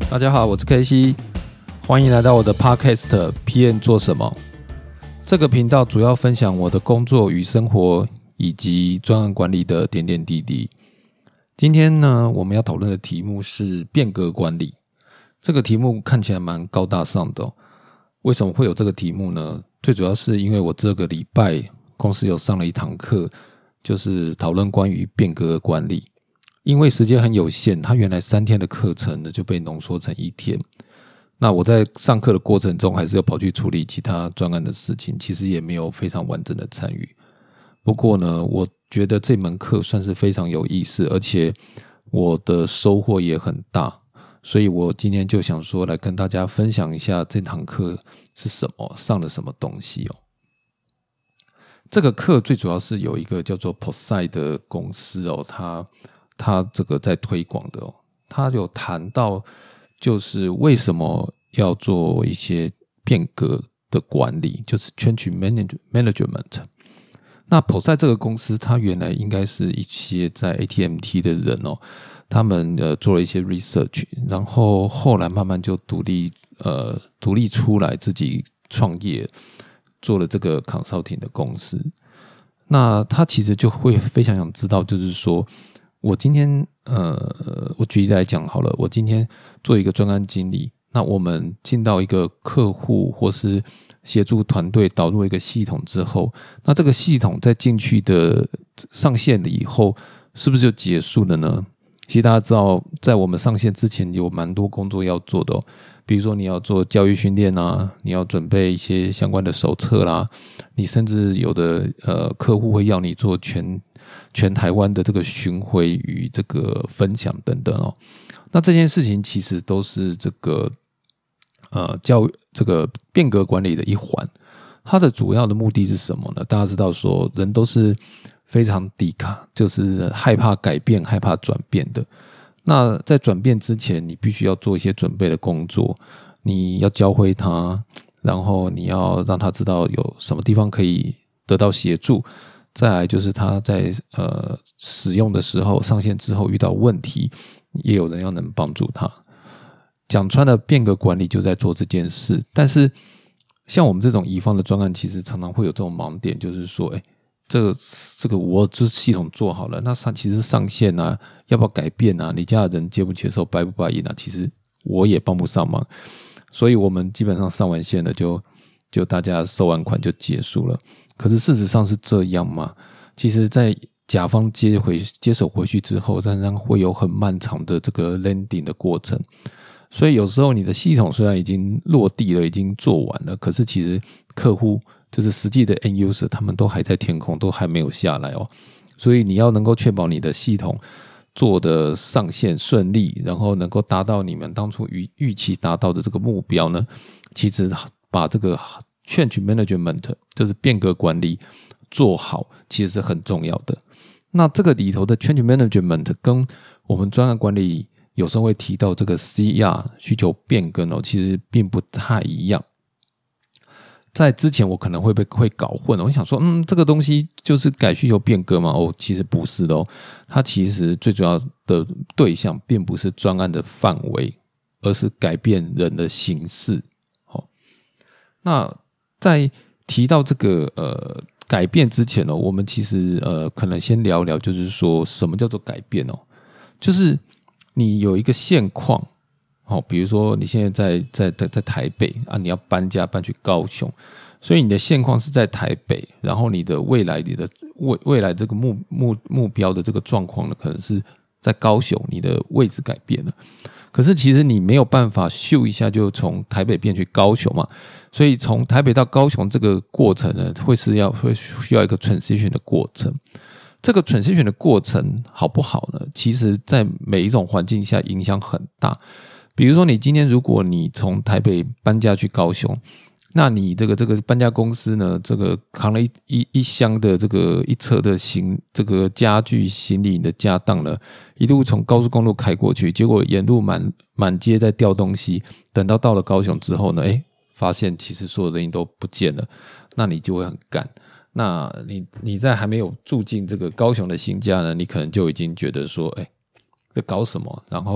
大家好，我是 KC， 欢迎来到我的 Podcast PM 做什么。这个频道主要分享我的工作与生活，以及专案管理的点点滴滴。今天呢，我们要讨论的题目是变革管理。这个题目看起来蛮高大上的哦。为什么会有这个题目呢？最主要是因为我这个礼拜公司有上了一堂课，就是讨论关于变革管理。因为时间很有限，它原来3天的课程呢就被浓缩成1天。那我在上课的过程中，还是要跑去处理其他专案的事情，其实也没有非常完整的参与。不过呢，我觉得这门课算是非常有意思，而且我的收获也很大，所以我今天就想说来跟大家分享一下这堂课是什么，上了什么东西哦。这个课最主要是有一个叫做 POSAI 的公司哦，他这个在推广的哦，他有谈到就是为什么要做一些变革的管理，就是 change management。那 POSAI 这个公司，它原来应该是一些在 ATMT 的人哦，他们做了一些 research， 然后后来慢慢就独立出来，自己创业，做了这个 consulting 的公司。那他其实就会非常想知道，就是说我今天我举例来讲好了，我今天做一个专案经理，那我们进到一个客户或是协助团队导入一个系统之后，那这个系统在进去的上线了以后，是不是就结束了呢？其实大家知道，在我们上线之前有蛮多工作要做的哦，比如说你要做教育训练啊，你要准备一些相关的手册啦，你甚至有的客户会要你做全台湾的这个巡回与这个分享等等哦。那这件事情其实都是这个这个变革管理的一环。它的主要的目的是什么呢？大家知道说人都是非常抵抗，就是害怕改变、害怕转变的。那在转变之前，你必须要做一些准备的工作，你要教会他，然后你要让他知道有什么地方可以得到协助。再来就是他在使用的时候，上线之后遇到问题，也有人要能帮助他。讲穿了，变革管理就在做这件事。但是像我们这种乙方的专案，其实常常会有这种盲点，就是说，这个我这系统做好了，那其实上线啊，要不要改变啊？你家的人接不接受，白不白应啊？其实我也帮不上忙，所以我们基本上上完线了，就大家收完款就结束了。可是事实上是这样吗？其实，在甲方接手回去之后，仍然会有很漫长的这个 landing 的过程。所以有时候你的系统虽然已经落地了，已经做完了，可是其实客户就是实际的 end user， 他们都还在天空，都还没有下来哦。所以你要能够确保你的系统做的上线顺利，然后能够达到你们当初预期达到的这个目标呢，其实把这个 change management 就是变革管理做好，其实是很重要的。那这个里头的 change management 跟我们专案管理有时候会提到这个 CR 需求变更哦，其实并不太一样。在之前我可能会搞混了，我想说，这个东西就是改需求变革嘛？哦，其实不是的哦，它其实最主要的对象并不是专案的范围，而是改变人的形式。那在提到这个改变之前哦，我们其实可能先聊聊，就是说什么叫做改变哦？就是你有一个现况，比如说你现在在台北啊，你要搬家搬去高雄，所以你的现况是在台北，然后你的未来这个目标的这个状况呢，可能是在高雄，你的位置改变了。可是其实你没有办法咻一下就从台北变去高雄嘛，所以从台北到高雄这个过程呢，会需要一个 transition 的过程。这个 transition 的过程好不好呢？其实在每一种环境下影响很大。比如说你今天如果你从台北搬家去高雄，那你这个搬家公司呢，这个扛了一箱的这个一车的这个家具行李的家当呢，一路从高速公路开过去，结果沿路满街在掉东西，等到了高雄之后呢，发现其实所有东西都不见了，那你就会很干。那你在还没有住进这个高雄的新家呢，你可能就已经觉得说，这搞什么？然后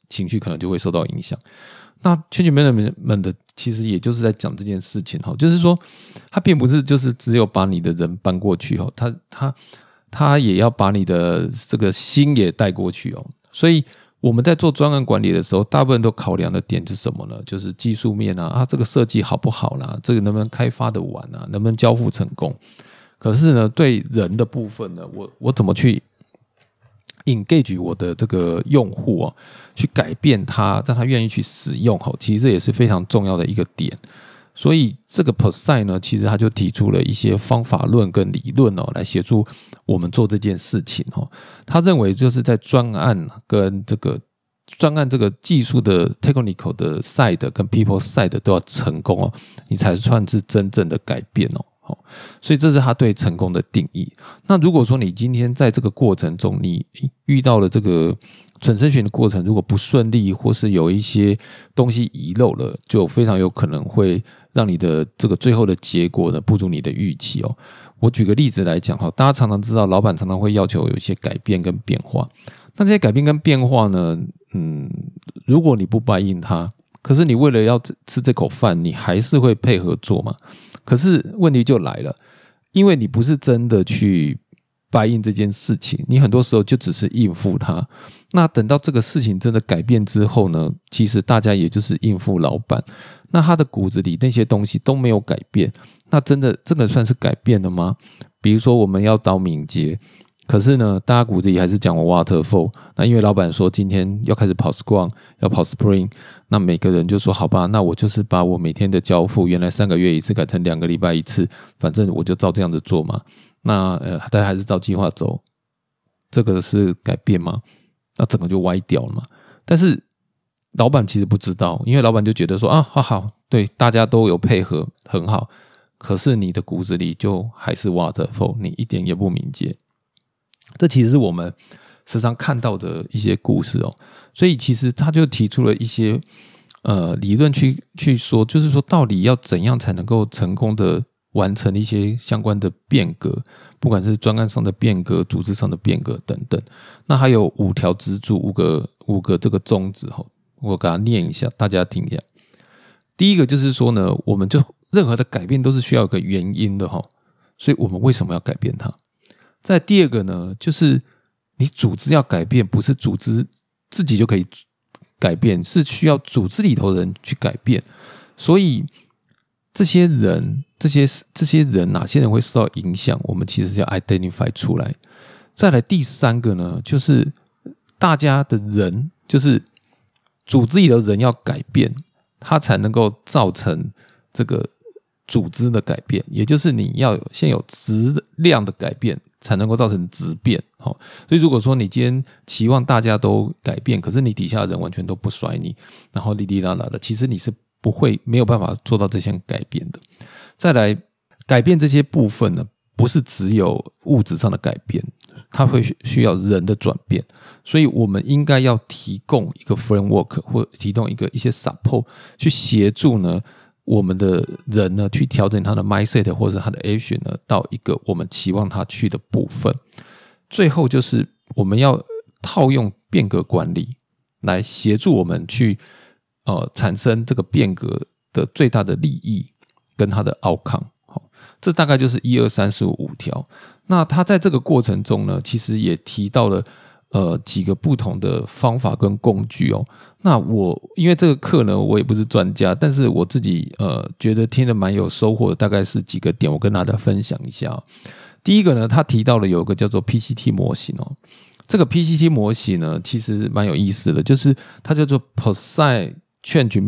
情绪可能就会受到影响。那 change management 的其实也就是在讲这件事情，就是说它并不是就是只有把你的人搬过去，它也要把你的这个心也带过去。所以我们在做专案管理的时候，大部分都考量的点是什么呢？就是技术面啊，这个设计好不好啦，这个能不能开发的完啊，能不能交付成功。可是呢，对人的部分呢，我怎么去engage 我的这个用户去改变他，让他愿意去使用，其实这也是非常重要的一个点。所以这个 Percent 呢，其实他就提出了一些方法论跟理论来协助我们做这件事情。他认为就是在专案跟这个技术的 technical 的 side 跟 people side 都要成功你才算是真正的改变所以这是他对成功的定义。那如果说你今天在这个过程中，你遇到了这个transition的过程如果不顺利，或是有一些东西遗漏了，就非常有可能会让你的这个最后的结果呢不如你的预期我举个例子来讲大家常常知道老板常常会要求有一些改变跟变化，那这些改变跟变化呢如果你不buy in它，可是你为了要吃这口饭，你还是会配合做嘛。可是问题就来了，因为你不是真的去buy in这件事情，你很多时候就只是应付它。那等到这个事情真的改变之后呢，其实大家也就是应付老板，那他的骨子里那些东西都没有改变，那真的这个算是改变了吗？比如说我们要导敏捷，可是呢大家骨子里还是讲我 waterfall， 那因为老板说今天要开始跑 Scrum 要跑 Sprint， 那每个人就说好吧，那我就是把我每天的交付原来3个月一次改成2个礼拜一次，反正我就照这样子做嘛。那大家还是照计划走，这个是改变吗？那整个就歪掉了嘛。但是老板其实不知道，因为老板就觉得说好，对，大家都有配合很好，可是你的骨子里就还是 waterfall， 你一点也不敏捷。这其实是我们时常看到的一些故事所以其实他就提出了一些理论去说，就是说到底要怎样才能够成功的完成一些相关的变革，不管是专案上的变革、组织上的变革等等。那还有5条支柱，五个这个宗旨我给它念一下，大家听一下。第一个就是说呢，我们就任何的改变都是需要有个原因的所以我们为什么要改变它？再第二个呢，就是你组织要改变，不是组织自己就可以改变，是需要组织里头的人去改变。所以这些人哪些人会受到影响，我们其实要 identify 出来。再来第三个呢，就是大家的人，就是组织里的人要改变，它才能够造成这个组织的改变，也就是你要先有质量的改变，才能够造成质变。所以如果说你今天期望大家都改变，可是你底下的人完全都不甩你，然后哩哩啦啦的，其实你是没有办法做到这些改变的。再来，改变这些部分呢，不是只有物质上的改变，它会需要人的转变。所以我们应该要提供一个 framework 或提供一些 support 去协助呢我们的人呢去调整他的 mindset 或者他的 action 呢到一个我们期望他去的部分。最后就是我们要套用变革管理来协助我们去产生这个变革的最大的利益跟它的 outcome。这大概就是1、2、3、4、5条。那他在这个过程中呢，其实也提到了几个不同的方法跟工具那因为这个课呢，我也不是专家，但是我自己觉得听得蛮有收获的，大概是几个点，我跟大家分享一下。第一个呢，他提到了有一个叫做 PCT 模型这个 PCT 模型呢，其实蛮有意思的，就是它叫做 Percent Change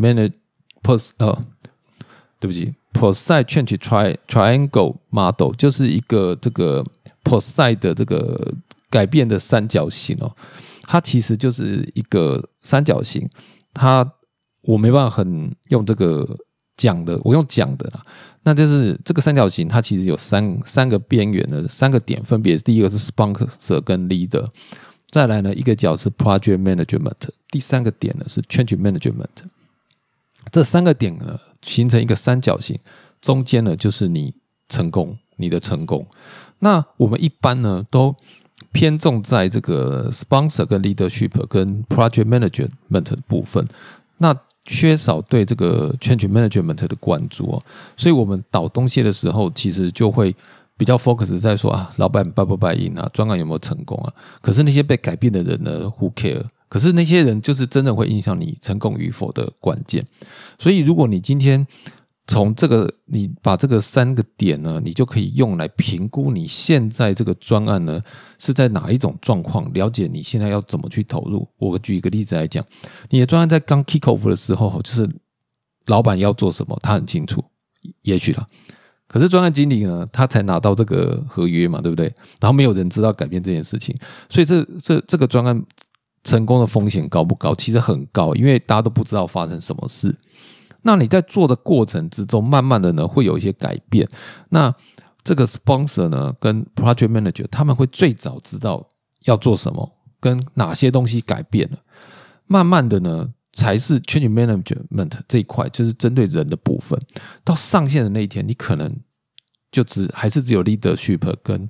Percent Change Triangle Model， 就是一个这个 Percent 的这个改变的三角形它其实就是一个三角形，我没办法很用这个讲的，我用讲的啦。那就是这个三角形，它其实有三个边缘的3个点，分别第一个是 sponsor 跟 leader， 再来呢一个角是 project management， 第3个点呢是 change management。这3个点呢形成一个三角形，中间呢就是你的成功。那我们一般呢都偏重在这个 sponsor 跟 leadership 跟 project management 的部分，那缺少对这个 change management 的关注哦，所以我们导东西的时候，其实就会比较 focus 在说啊，老板败不败赢啊，专案有没有成功啊？可是那些被改变的人呢 ，who care？可是那些人就是真正会影响你成功与否的关键。所以如果你今天从这个，你把这个3个点呢，你就可以用来评估你现在这个专案呢是在哪一种状况，了解你现在要怎么去投入。我举一个例子来讲，你的专案在刚 kick off 的时候，就是老板要做什么，他很清楚，也许啦。可是专案经理呢，他才拿到这个合约嘛，对不对？然后没有人知道改变这件事情，所以这个专案成功的风险高不高？其实很高，因为大家都不知道发生什么事。那你在做的过程之中，慢慢的呢会有一些改变。那这个 sponsor 呢跟 project manager 他们会最早知道要做什么，跟哪些东西改变了。慢慢的呢，才是 change management 这一块，就是针对人的部分。到上线的那一天，你可能就还是只有 leadership 跟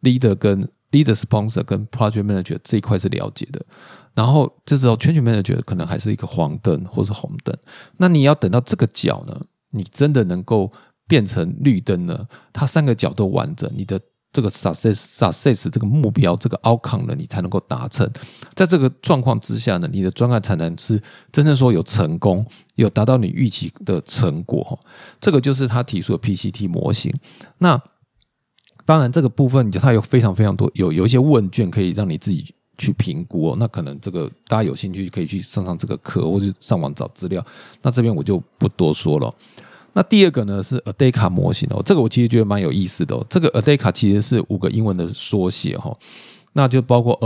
leader sponsor 跟 project manager 这一块是了解的。然后这时候 change manager 可能还是一个黄灯或是红灯，那你要等到这个角呢，你真的能够变成绿灯呢，它3个角都完整，你的这个 success 这个目标这个 outcome 呢，你才能够达成。在这个状况之下呢，你的专案才能是真正说有成功，有达到你预期的成果。这个就是他提出的 PCT 模型。那当然这个部分它有非常非常多，有一些问卷可以让你自己去评估哦，那可能这个大家有兴趣可以去上这个课，或者上网找资料。那这边我就不多说了。那第二个呢是 ADECA 模型哦，这个我其实觉得蛮有意思的哦。这个 ADECA 其实是5个英文的缩写哈，那就包括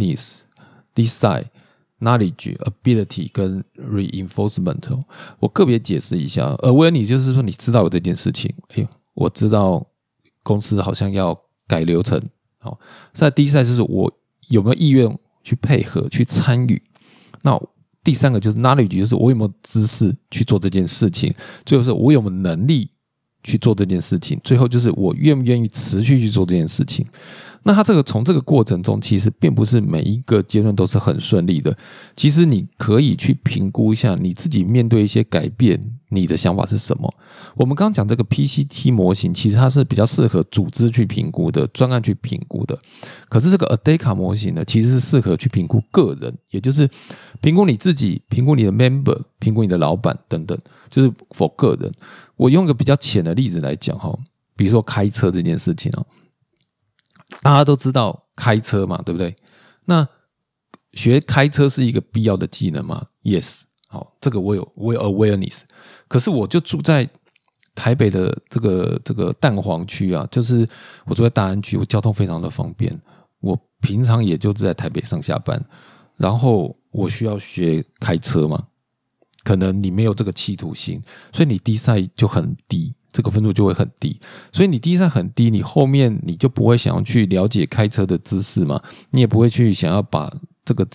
Awareness、Design、Knowledge、Ability 跟 Reinforcement 哦。我个别解释一下 ，Awareness 就是说你知道有这件事情，我知道公司好像要改流程，好。在 Design 就是我有没有意愿去配合去参与。那第3个就是 knowledge， 就是我有没有知识去做这件事情。最后是我有没有能力去做这件事情。最后就是我愿不愿意持续去做这件事情。那他从这个过程中，其实并不是每一个阶段都是很顺利的。其实你可以去评估一下你自己面对一些改变，你的想法是什么。我们刚刚讲这个 PCT 模型，其实它是比较适合组织去评估的，专案去评估的。可是这个 ADECA 模型呢，其实是适合去评估个人，也就是评估你自己，评估你的 member， 评估你的老板等等，就是 for 个人。我用一个比较浅的例子来讲哈，比如说开车这件事情哦。大家都知道开车嘛，对不对？那学开车是一个必要的技能吗？ Yes， 好，这个我有 awareness。可是我就住在台北的这个蛋黄区啊，就是我住在大安区，我交通非常的方便。我平常也就是在台北上下班，然后我需要学开车嘛，可能你没有这个企图心，所以你低赛就很低。这个分数就会很低，所以你第一站很低，你后面你就不会想要去了解开车的知识嘛，你也不会去想要把这个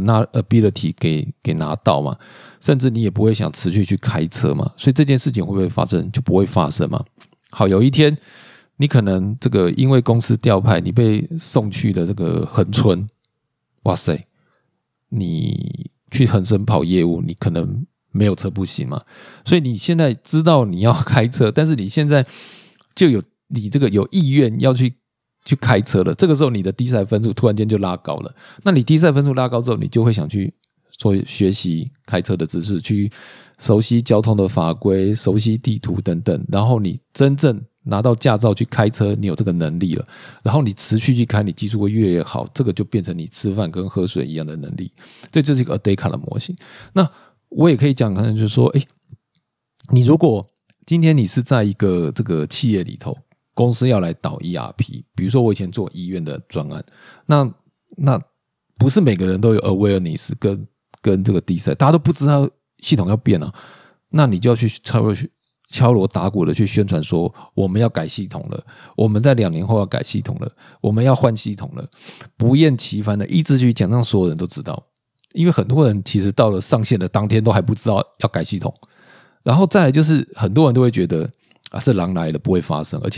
ability 给拿到嘛，甚至你也不会想持续去开车嘛，所以这件事情会不会发生？就不会发生嘛。好，有一天你可能这个因为公司调派，你被送去了这个恒春，哇塞，你去恒春跑业务，你可能没有车不行嘛，所以你现在知道你要开车，但是你现在就你这个有意愿要去开车了，这个时候你的低赛分数突然间就拉高了，那你低赛分数拉高之后，你就会想去做学习开车的知识，去熟悉交通的法规，熟悉地图等等，然后你真正拿到驾照去开车，你有这个能力了，然后你持续去开，你技术会越来越好，这个就变成你吃饭跟喝水一样的能力，这就是一个 ADECA 的模型。那我也可以讲，可能就是说，你如果今天你是在一个这个企业里头，公司要来导 ERP， 比如说我以前做医院的专案，那不是每个人都有 awareness 跟这个低赛，大家都不知道系统要变啊，那你就要去敲锣打鼓的去宣传说我们要改系统了，我们在2年后要改系统了，我们要换系统了，不厌其烦的一直去讲，让所有人都知道。因为很多人其实到了上线的当天都还不知道要改系统，然后再来就是很多人都会觉得啊，这狼来了不会发生，而且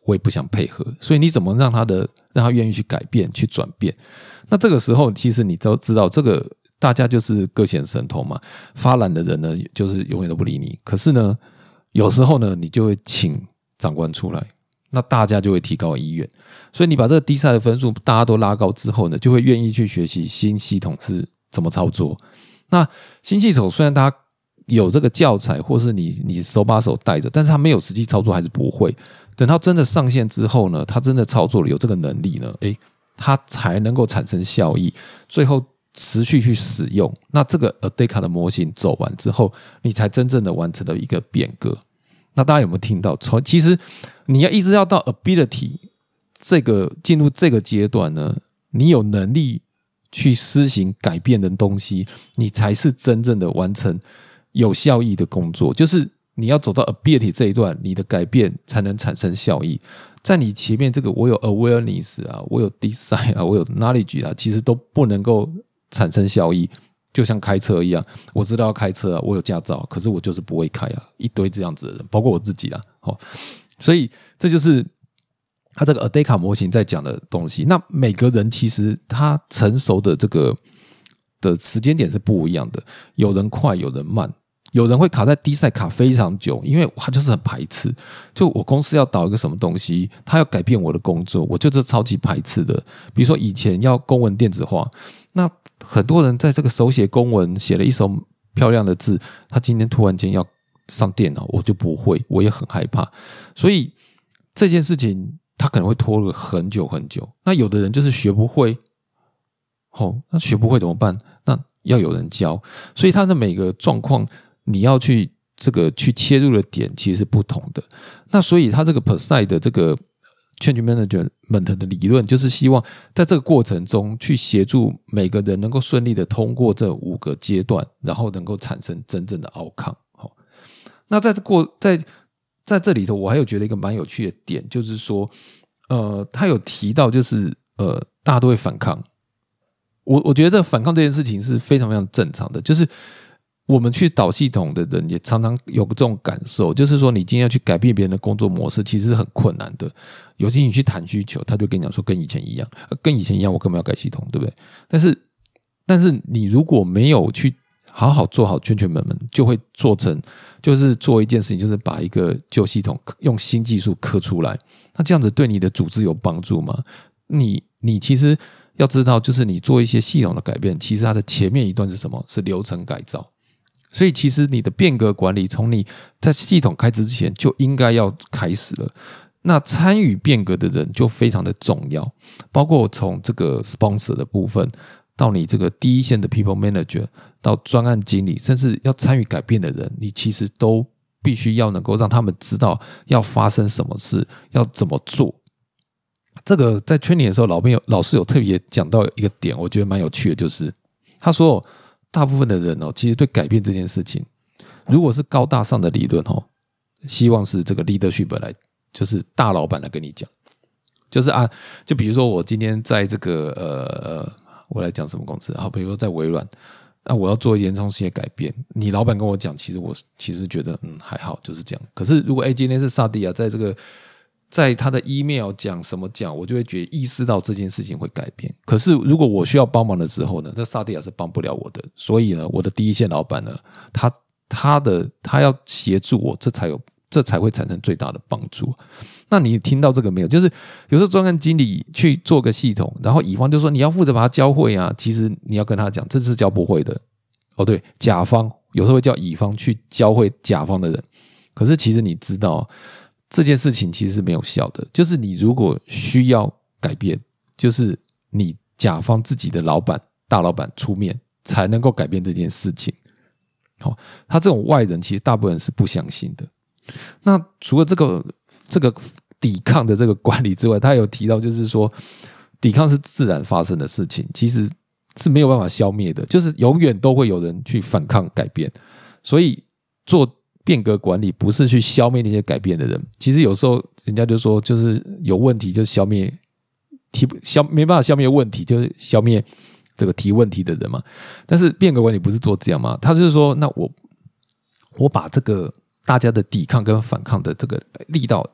我也不想配合，所以你怎么让他愿意去改变去转变？那这个时候其实你都知道，这个大家就是各显神通嘛，发懒的人呢就是永远都不理你，可是呢有时候呢你就会请长官出来，那大家就会提高意愿，所以你把这个低赛的分数大家都拉高之后呢，就会愿意去学习新系统是怎么操作。那新系统虽然大家有这个教材或是你手把手带着，但是他没有实际操作还是不会，等到真的上线之后呢，他真的操作了有这个能力呢，他才能够产生效益，最后持续去使用。那这个 ADEKA 的模型走完之后，你才真正的完成了一个变革。那大家有没有听到？其实你要一直要到 ability 进入这个阶段呢，你有能力去施行改变的东西，你才是真正的完成有效益的工作。就是你要走到 ability 这一段，你的改变才能产生效益。在你前面这个我有 awareness 啊，我有 design 啊，我有 knowledge 啊，其实都不能够产生效益。就像开车一样，我知道要开车啊，我有驾照，可是我就是不会开啊，一堆这样子的人，包括我自己啦。所以这就是他这个 ADEKA 模型在讲的东西。那每个人其实他成熟的这个的时间点是不一样的，有人快，有人慢。有人会卡在低赛卡非常久，因为他就是很排斥。就我公司要导一个什么东西，他要改变我的工作，我就是超级排斥的。比如说以前要公文电子化，那很多人在这个手写公文写了一手漂亮的字，他今天突然间要上电脑，我就不会，我也很害怕。所以这件事情他可能会拖了很久很久。那有的人就是学不会，那学不会怎么办？那要有人教。所以他的每个状况，你要去切入的点其实是不同的。那所以他这个 PERSI 的这个 Change Management 的理论，就是希望在这个过程中去协助每个人能够顺利的通过这5个阶段，然后能够产生真正的 outcome。那在这里头，我还有觉得一个蛮有趣的点，就是说，他有提到就是大家都会反抗。我觉得这个反抗这件事情是非常非常正常的，就是我们去导系统的人也常常有这种感受，就是说你今天要去改变别人的工作模式，其实是很困难的。尤其你去谈需求，他就跟你讲说跟以前一样，我干嘛要改系统，对不对？但是你如果没有去好好做好圈门，就会就是做一件事情，就是把一个旧系统用新技术刻出来。那这样子对你的组织有帮助吗？你其实要知道，就是你做一些系统的改变，其实它的前面一段是什么？是流程改造。所以其实你的变革管理从你在系统开始之前就应该要开始了。那参与变革的人就非常的重要，包括从这个 sponsor 的部分到你这个第一线的 people manager 到专案经理，甚至要参与改变的人，你其实都必须要能够让他们知道要发生什么事，要怎么做。这个在training的时候，老师有特别讲到一个点，我觉得蛮有趣的，就是他说大部分的人其实对改变这件事情，如果是高大上的理论希望是这个 leadership 来，就是大老板来跟你讲，就是就比如说我今天在这个我来讲什么公司，好，比如说在微软，那我要做严重性的改变，你老板跟我讲，其实我觉得还好，就是这样。可是如果今天是萨蒂亚在他的 email 讲什么讲，我就会意识到这件事情会改变。可是如果我需要帮忙的时候呢，这萨蒂亚是帮不了我的。所以呢，我的第一线老板呢，他要协助我，这才会产生最大的帮助。那你听到这个没有？就是有时候专案经理去做个系统，然后乙方就说你要负责把它教会啊，其实你要跟他讲，这是教不会的。对，甲方有时候会叫乙方去教会甲方的人，可是其实你知道这件事情其实是没有效的。就是你如果需要改变，就是你甲方自己的大老板出面才能够改变这件事情。他这种外人其实大部分人是不相信的。那除了这个抵抗的这个管理之外，他有提到就是说抵抗是自然发生的事情，其实是没有办法消灭的，就是永远都会有人去反抗改变。所以做变革管理不是去消灭那些改变的人，其实有时候人家就说就是有问题就没办法消灭问题，就是消灭这个提问题的人嘛。但是变革管理不是做这样嘛，他就是说那我把这个大家的抵抗跟反抗的这个力道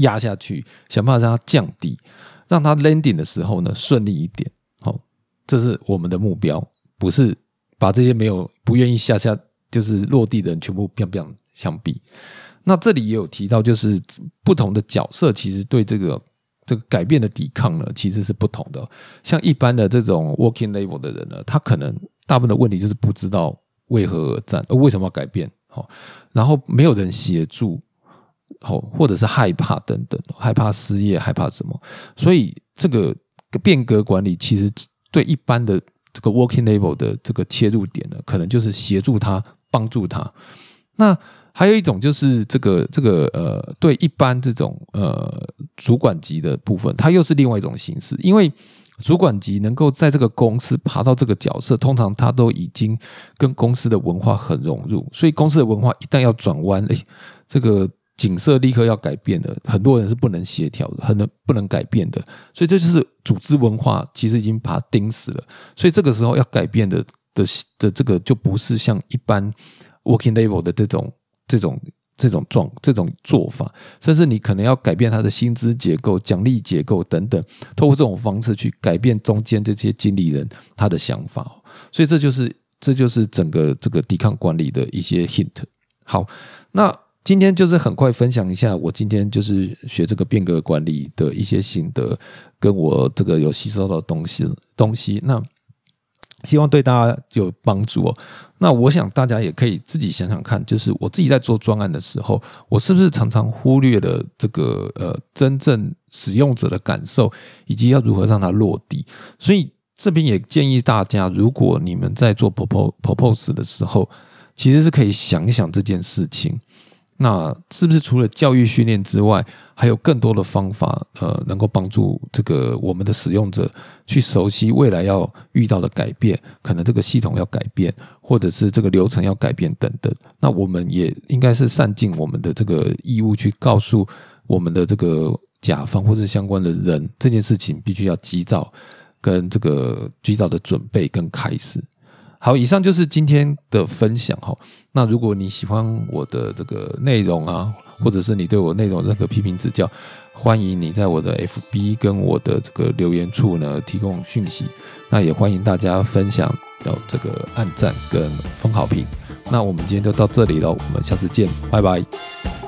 压下去，想办法让它降低，让它 landing 的时候呢顺利一点。这是我们的目标，不是把这些不愿意下就是落地的人全部相比。那这里也有提到，就是不同的角色其实对这个改变的抵抗呢，其实是不同的。像一般的这种 working level 的人呢，他可能大部分的问题就是不知道为何而战，为什么要改变，然后没有人协助，或者是害怕等等，害怕失业，害怕什么，所以这个变革管理其实对一般的这个 working level 的这个切入点呢，可能就是协助他，帮助他。那还有一种就是对一般这种主管级的部分，它又是另外一种形式，因为主管级能够在这个公司爬到这个角色，通常他都已经跟公司的文化很融入，所以公司的文化一旦要转弯，这个景色立刻要改变的，很多人是不能协调的，不能改变的，所以这就是组织文化其实已经把它钉死了。所以这个时候要改变的这个就不是像一般 working level 的这种做法，甚至你可能要改变他的薪资结构、奖励结构等等，透过这种方式去改变中间这些经理人他的想法。所以这就是整个这个抵抗管理的一些 hint。好，那今天就是很快分享一下我今天就是学这个变革管理的一些心得，跟我这个有吸收到的东西，那希望对大家有帮助哦。那我想大家也可以自己想想看，就是我自己在做专案的时候，我是不是常常忽略了这个真正使用者的感受，以及要如何让它落地。所以这边也建议大家，如果你们在做 propose 的时候，其实是可以想一想这件事情。那是不是除了教育训练之外，还有更多的方法能够帮助这个我们的使用者去熟悉未来要遇到的改变，可能这个系统要改变，或者是这个流程要改变等等。那我们也应该是善尽我们的这个义务，去告诉我们的这个甲方或者相关的人，这件事情必须要及早跟这个及早的准备跟开始。好，以上就是今天的分享。那如果你喜欢我的这个内容啊，或者是你对我内容任何批评指教，欢迎你在我的 FB 跟我的这个留言处呢提供讯息。那也欢迎大家分享到这个按赞跟封好评。那我们今天就到这里了，我们下次见，拜拜。